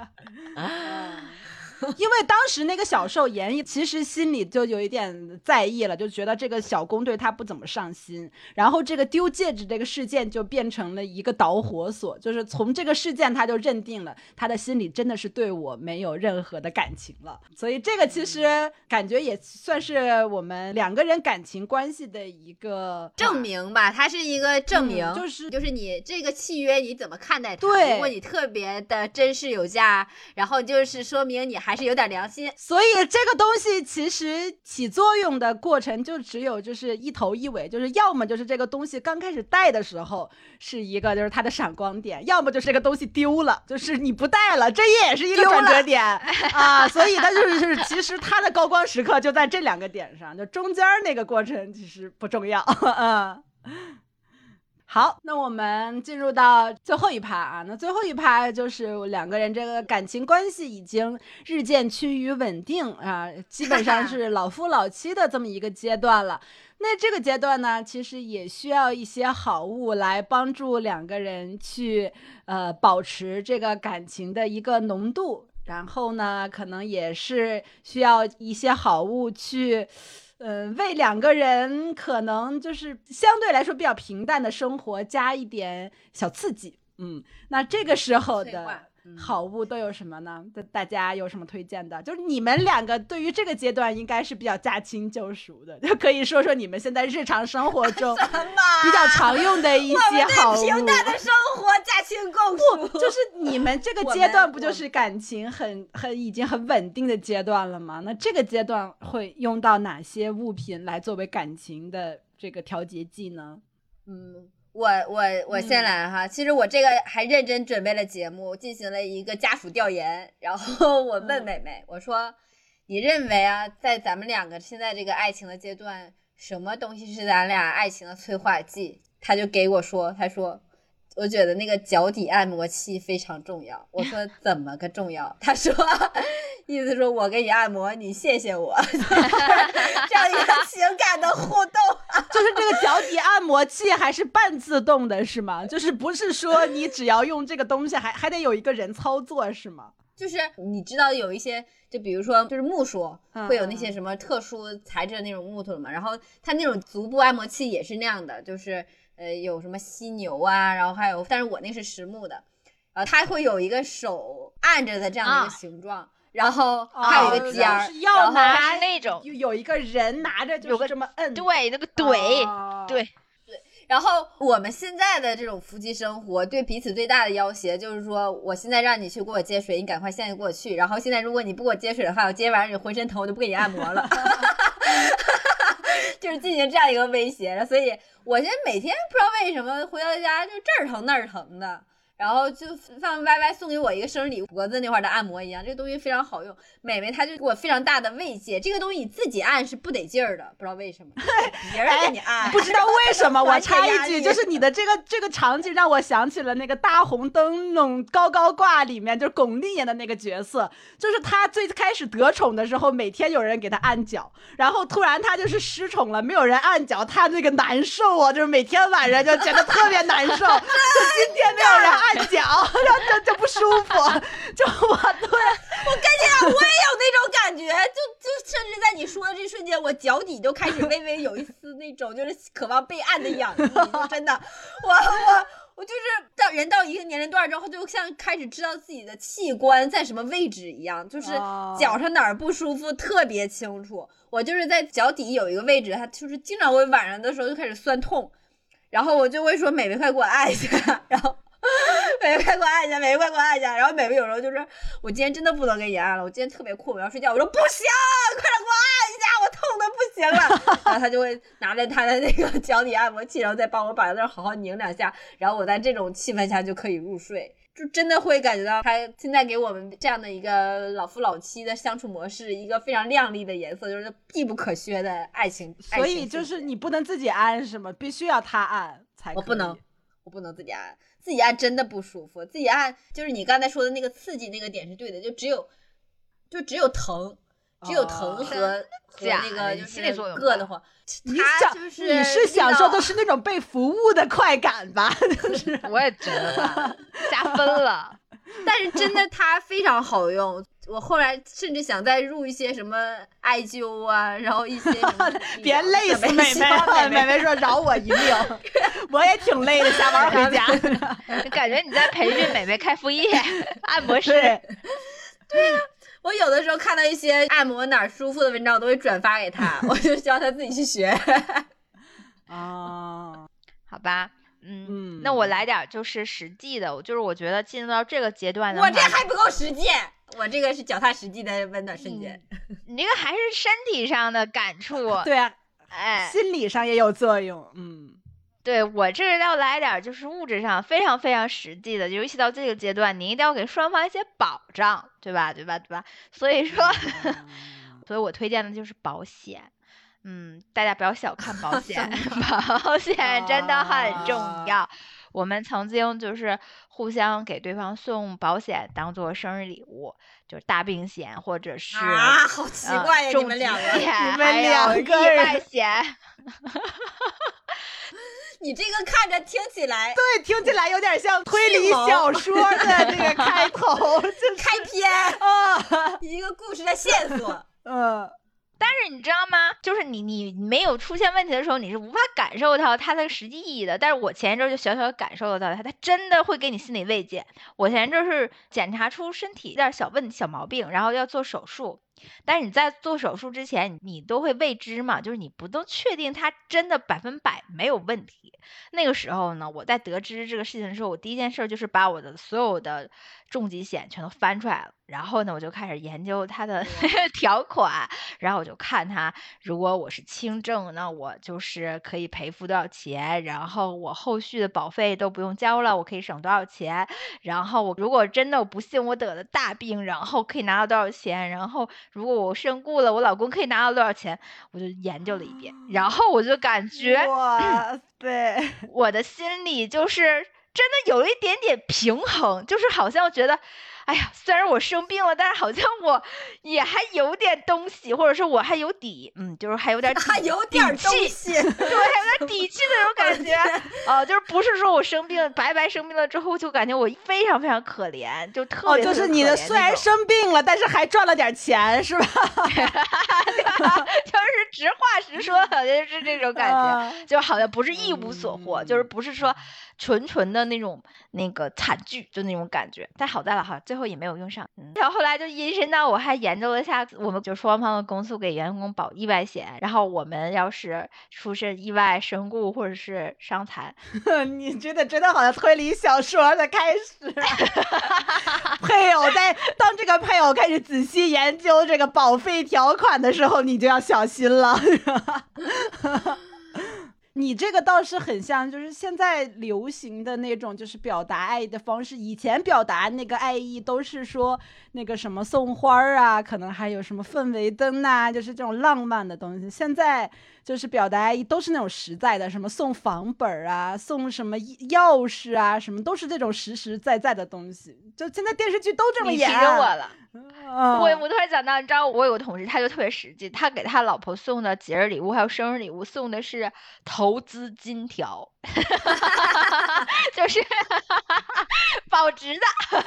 因为当时那个小受严艺其实心里就有一点在意了，就觉得这个小公对他不怎么上心，然后这个丢戒指这个事件就变成了一个导火索，就是从这个事件他就认定了他的心里真的是对我没有任何的感情了，所以这个其实感觉也算是我们两个人感情关系的一个证明吧，它是一个证明、嗯、就是就是你这个契约你怎么看待它， 对， 如果你特别的珍视有加，然后就是说明你还还是有点良心， 所以这个东西其实起作用的过程就只有就是一头一尾，就是要么就是这个东西刚开始戴的时候是一个就是它的闪光点，要么就是这个东西丢了，就是你不戴了，这也是一个转折点啊，所以它就是其实它的高光时刻就在这两个点上，就中间那个过程其实不重要嗯。好，那我们进入到最后一趴啊，那最后一趴就是两个人这个感情关系已经日渐趋于稳定啊，基本上是老夫老妻的这么一个阶段了。那这个阶段呢，其实也需要一些好物来帮助两个人去呃保持这个感情的一个浓度，然后呢，可能也是需要一些好物去呃，为两个人可能就是相对来说比较平淡的生活加一点小刺激。嗯，那这个时候的好物都有什么呢？嗯、大家有什么推荐的？就是你们两个对于这个阶段应该是比较驾轻就熟的，就可以说说你们现在日常生活中比较常用的一些好物。 我们对平淡的生活驾轻就熟， 不就是你们这个阶段不就是感情很很已经很稳定的阶段了吗？那这个阶段会用到哪些物品来作为感情的这个调节剂呢？ 嗯。我我我先来哈、嗯，其实我这个还认真准备了节目，进行了一个家属调研，然后我问妹妹，我说，你认为啊，在咱们两个现在这个爱情的阶段，什么东西是咱俩爱情的催化剂？她就给我说，她说，我觉得那个脚底按摩器非常重要。我说怎么个重要？她说，意思说我给你按摩，你谢谢我，这样一个情感的互动。 就是这个脚底按摩器还是半自动的是吗？就是不是说你只要用这个东西还还得有一个人操作是吗？ 就是你知道有一些就比如说就是木梳会有那些什么特殊材质的那种木头嘛、嗯、然后它那种足部按摩器也是那样的，就是呃有什么犀牛啊，然后还有但是我那是实木的，呃它会有一个手按着的这样的一个形状、啊然后还有一个尖儿、哦， 要拿那种有一个人拿着就是这么摁， 对，那个怼、哦，对对。然后我们现在的这种夫妻生活，对彼此最大的要挟就是说，我现在让你去给我接水，你赶快现在给我去。然后现在如果你不给我接水的话，我今天晚上你浑身疼，我就不给你按摩了。就是进行这样一个威胁，所以我现在每天不知道为什么回到家就这儿疼那儿疼的。 然后就像 Y Y 送给我一个生日礼物，脖子那块的按摩一样，这个东西非常好用。美美她就给我非常大的慰藉，这个东西你自己按是不得劲儿的，不知道为什么，别人给你按、 哎、不知道为什么。我插一句， 力就是你的这个这个场景让我想起了那个大红灯笼高高挂里面，就是巩俐演的那个角色，就是他最开始得宠的时候，每天有人给他按脚，然后突然他就是失宠了，没有人按脚，他那个难受啊，就是每天晚上就觉得特别难受，就今天没有人按脚，然后就就不舒服，就我对， 我跟你讲，我也有那种感觉，就就甚至在你说的这瞬间，我脚底都开始微微有一丝那种就是渴望被按的痒意，就真的，我我我就是到人到一个年龄段之后，就像开始知道自己的器官在什么位置一样，就是脚上哪儿不舒服特别清楚。我就是在脚底有一个位置，它就是经常会晚上的时候就开始酸痛，然后我就会说美美快给我按一下，然后美美快给我按一下，美美快给我按一下，然后美美有时候就是我今天真的不能给你按了，我今天特别困，我要睡觉，我说不行，快点给我按一下，我痛的不行了，然后他就会拿着他的那个脚底按摩器，然后再帮我把那儿好好拧两下，然后我在这种气氛下就可以入睡。就真的会感觉到他现在给我们这样的一个老夫老妻的相处模式，一个非常亮丽的颜色，就是必不可缺的爱情。 所以就是你不能自己按是吗？必须要他按才可以。 我不能，我不能自己按，自己按真的不舒服。自己按就是你刚才说的那个刺激那个点是对的，就只有就只有疼。只有疼和、哦、和那个就是硌得慌， 你想就是你是享受的是那种被服务的快感吧？就是我也觉得吧，加分了。 但是真的它非常好用，我后来甚至想再入一些什么艾灸啊，然后一些什么别累死美美了，美美说饶我一命，我也挺累的，下班回家。 感觉你在培训美美开副业，按摩师。 对呀。我有的时候看到一些按摩哪儿舒服的文章，我都会转发给他，我就教他自己去学。 哦， 好吧，嗯，嗯那我来点就是实际的，就是我觉得进入到这个阶段的话， 我这还不够实际，我这个是脚踏实地的温暖瞬间。 嗯、你这个还是身体上的感触， 对啊， 哎， 心理上也有作用，嗯。 对我这要来点就是物质上非常非常实际的，尤其到这个阶段，你一定要给双方一些保障，对吧？对吧？对吧？所以说，所以我推荐的就是保险。嗯，大家不要小看保险，保险真的很重要。我们曾经就是互相给对方送保险当做生日礼物，就是大病险或者是啊，好奇怪呀、呃，你们两个， 你们两个意外险。 你这个看着听起来， 对，听起来有点像推理小说的这个开头，就是开篇啊，一个故事的线索。 嗯， 但是你知道吗？就是你你没有出现问题的时候，你是无法感受到它的实际意义的。但是我前一阵就小小的感受到它，它真的会给你心理慰藉。我前一阵是检查出身体有点小问题、小毛病，然后要做手术。但是你在做手术之前，你都会未知嘛，就是你不能确定它真的百分百没有问题。那个时候呢，我在得知这个事情的时候，我第一件事就是把我的所有的重疾险全都翻出来了，然后呢，我就开始研究它的条款，然后我就看它，如果我是轻症，那我就是可以赔付多少钱，然后我后续的保费都不用交了，我可以省多少钱，然后我如果真的不幸我得了大病，然后可以拿到多少钱，然后如果我身故了，我老公可以拿到多少钱，我就研究了一遍，然后我就感觉哇塞， 我的心里就是真的有一点点平衡，就是好像觉得哎呀，虽然我生病了，但是好像我也还有点东西，或者是我还有底，嗯，就是还有点底， 还有点东西， 对，还有点底气那种感觉，啊、呃，就是不是说我生病白白生病了之后就感觉我非常非常可怜，就特别哦，就是你的虽然生病了，但是还赚了点钱，是吧？ 就是实话实说，好像是这种感觉，啊、就好像不是一无所获，嗯、就是不是说纯纯的那种那个惨剧，就那种感觉。但好在了哈，最后也没有用上。嗯、然后后来就延伸到我还研究了一下，我们就双方的公司给员工保意外险，然后我们要是出现意外身故或者是伤残， 你觉得真的好像推理小说的开始。配偶在当这个配偶开始仔细研究这个保费条款的时候，你就要小心了。 你这个倒是很像，就是现在流行的那种，就是表达爱意的方式。以前表达那个爱意都是说那个什么送花啊，可能还有什么氛围灯啊，就是这种浪漫的东西。现在就是表达爱意都是那种实在的，什么送房本啊，送什么钥匙啊，什么都是这种实实在在的东西。就现在电视剧都这么演。 你提醒我了。 嗯、 我我突然想到，你知道我有个同事，他就特别实际，他给他老婆送的节日礼物还有生日礼物送的是投资金条，就是保值的。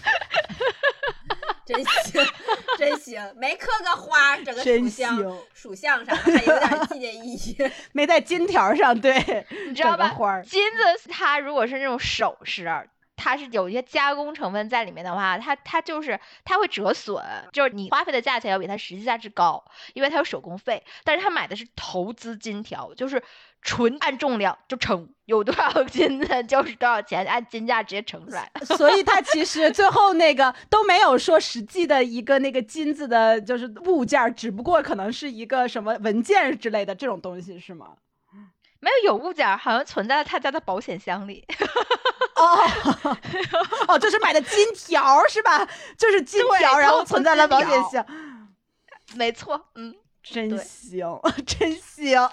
真行，真行，没刻个花，整个属相属相上还有点纪念意义， 没在金条上，对， 你知道吧？金子它如果是那种首饰，它是有一些加工成分在里面的话，它它就是它会折损，就是你花费的价钱要比它实际价值高，因为它有手工费。但是他买的是投资金条，就是纯按重量就称，有多少金子就是多少钱，按金价直接乘出来。 所以它其实最后那个都没有说实际的一个那个金子的就是物件，只不过可能是一个什么文件之类的这种东西，是吗？ 没有有物件，好像存在他家的保险箱里。 哦哦，就是买的金条是吧？就是金条，然后存在了保险箱。 没错，嗯， 真行，真行。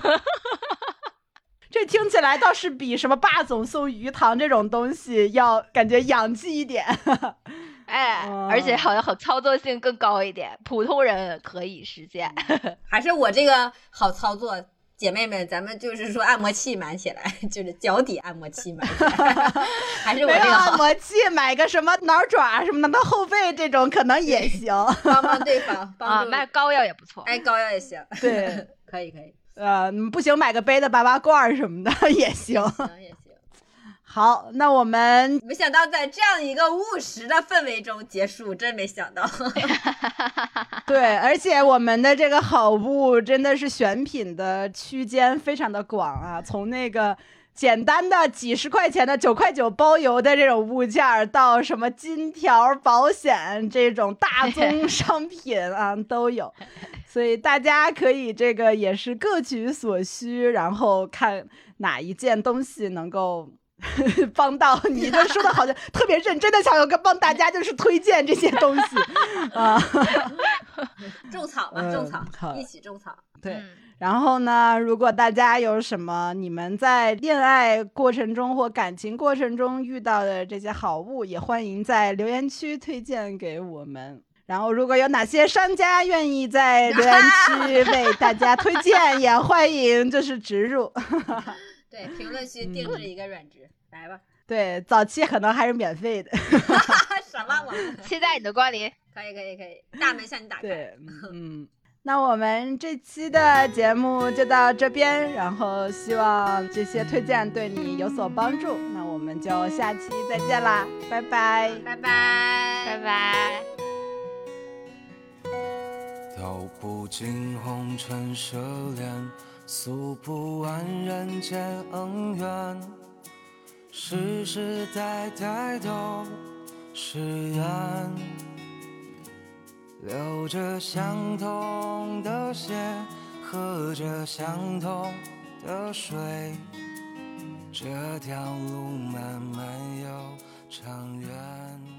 这听起来倒是比什么霸总送鱼塘这种东西要感觉洋气一点。 哎， 嗯、 而且好像好操作性更高一点，普通人可以实现。 还是我这个好操作。姐妹们，咱们就是说按摩器买起来，就是脚底按摩器买起来，还是我这个好。 按摩器买个什么挠爪什么的到后背这种可能也行， 帮帮对方，帮助啊，卖膏药也不错， 哎，膏药也行， 对， 可以可以。 呃，不行买个杯子拔拔罐什么的也行， 行也行。 好，那我们没想到在这样一个务实的氛围中结束，真没想到。 对，而且我们的这个好物真的是选品的区间非常的广啊，从那个简单的几十块钱的九块九包邮的这种物件，到什么金条保险这种大宗商品啊都有。所以大家可以这个也是各取所需，然后看哪一件东西能够帮到你。就说的好像特别认真的想要帮大家就是推荐这些东西啊。 种草吧，种草、嗯、一起种草。 对、嗯、然后呢，如果大家有什么你们在恋爱过程中或感情过程中遇到的这些好物，也欢迎在留言区推荐给我们。然后如果有哪些商家愿意在留言区为大家推荐也欢迎就是植入。 对，评论区定制一个软植、嗯、来吧。 对，早期可能还是免费的。 什么我们期待你的光临。 可以可以可以，大门向你打开。 对，嗯，那我们这期的节目就到这边，然后希望这些推荐对你有所帮助。那我们就下期再见啦，拜拜， 拜拜， 拜拜。 道不尽红尘奢恋，诉不完人间恩怨，世世代代都是缘，流着相同的血，喝着相同的水，这条路漫漫又长远。